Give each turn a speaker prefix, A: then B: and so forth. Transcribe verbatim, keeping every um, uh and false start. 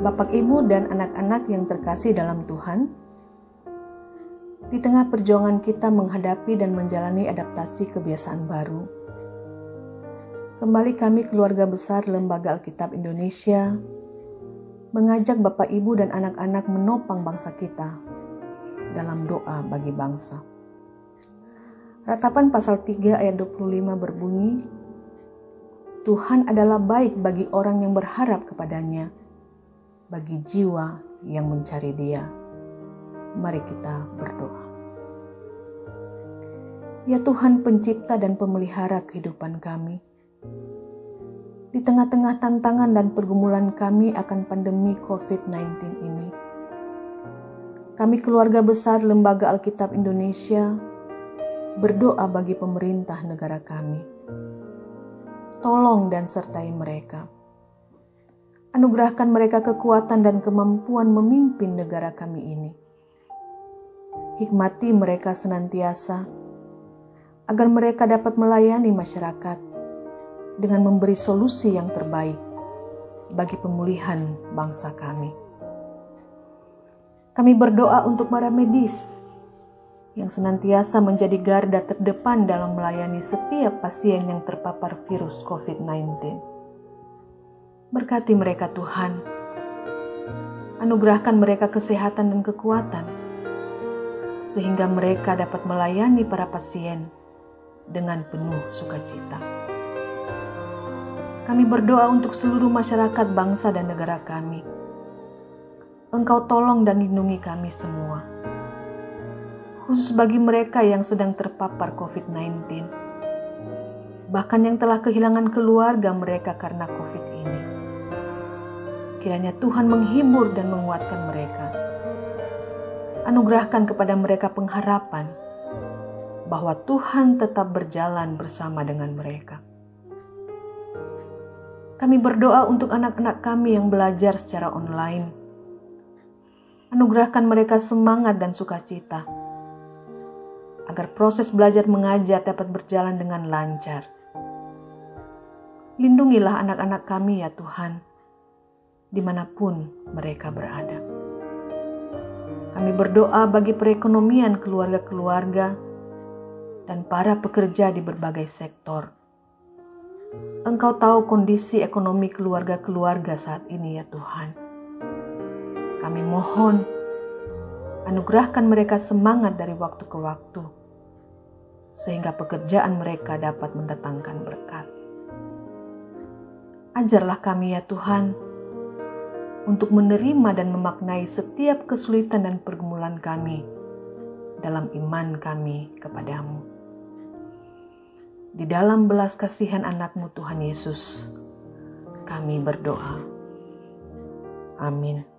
A: Bapak, Ibu, dan anak-anak yang terkasih dalam Tuhan, di tengah perjuangan kita menghadapi dan menjalani adaptasi kebiasaan baru, kembali kami keluarga besar Lembaga Alkitab Indonesia mengajak Bapak, Ibu, dan anak-anak menopang bangsa kita dalam doa bagi bangsa. Ratapan pasal tiga ayat dua puluh lima berbunyi, Tuhan adalah baik bagi orang yang berharap kepadanya, bagi jiwa yang mencari Dia. Mari kita berdoa. Ya Tuhan, pencipta dan pemelihara kehidupan kami, di tengah-tengah tantangan dan pergumulan kami akan pandemi covid sembilan belas ini, kami keluarga besar Lembaga Alkitab Indonesia berdoa bagi pemerintah negara kami. Tolong dan sertai mereka. Anugerahkan mereka kekuatan dan kemampuan memimpin negara kami ini. Hikmati mereka senantiasa, agar mereka dapat melayani masyarakat dengan memberi solusi yang terbaik bagi pemulihan bangsa kami. Kami berdoa untuk para medis yang senantiasa menjadi garda terdepan dalam melayani setiap pasien yang terpapar virus covid sembilan belas. Berkati mereka Tuhan, anugerahkan mereka kesehatan dan kekuatan, sehingga mereka dapat melayani para pasien dengan penuh sukacita. Kami berdoa untuk seluruh masyarakat bangsa dan negara kami. Engkau tolong dan lindungi kami semua, khusus bagi mereka yang sedang terpapar covid sembilan belas, bahkan yang telah kehilangan keluarga mereka karena COVID ini. Kiranya Tuhan menghibur dan menguatkan mereka. Anugerahkan kepada mereka pengharapan bahwa Tuhan tetap berjalan bersama dengan mereka. Kami berdoa untuk anak-anak kami yang belajar secara online. Anugerahkan mereka semangat dan sukacita, agar proses belajar mengajar dapat berjalan dengan lancar. Lindungilah anak-anak kami ya Tuhan, dimanapun mereka berada. Kami berdoa bagi perekonomian keluarga-keluarga dan para pekerja di berbagai sektor. Engkau tahu kondisi ekonomi keluarga-keluarga saat ini ya Tuhan. Kami mohon, anugerahkan mereka semangat dari waktu ke waktu, sehingga pekerjaan mereka dapat mendatangkan berkat. Ajarlah kami ya Tuhan, untuk menerima dan memaknai setiap kesulitan dan pergumulan kami dalam iman kami kepadamu. Di dalam belas kasihan anak-Mu Tuhan Yesus, kami berdoa. Amin.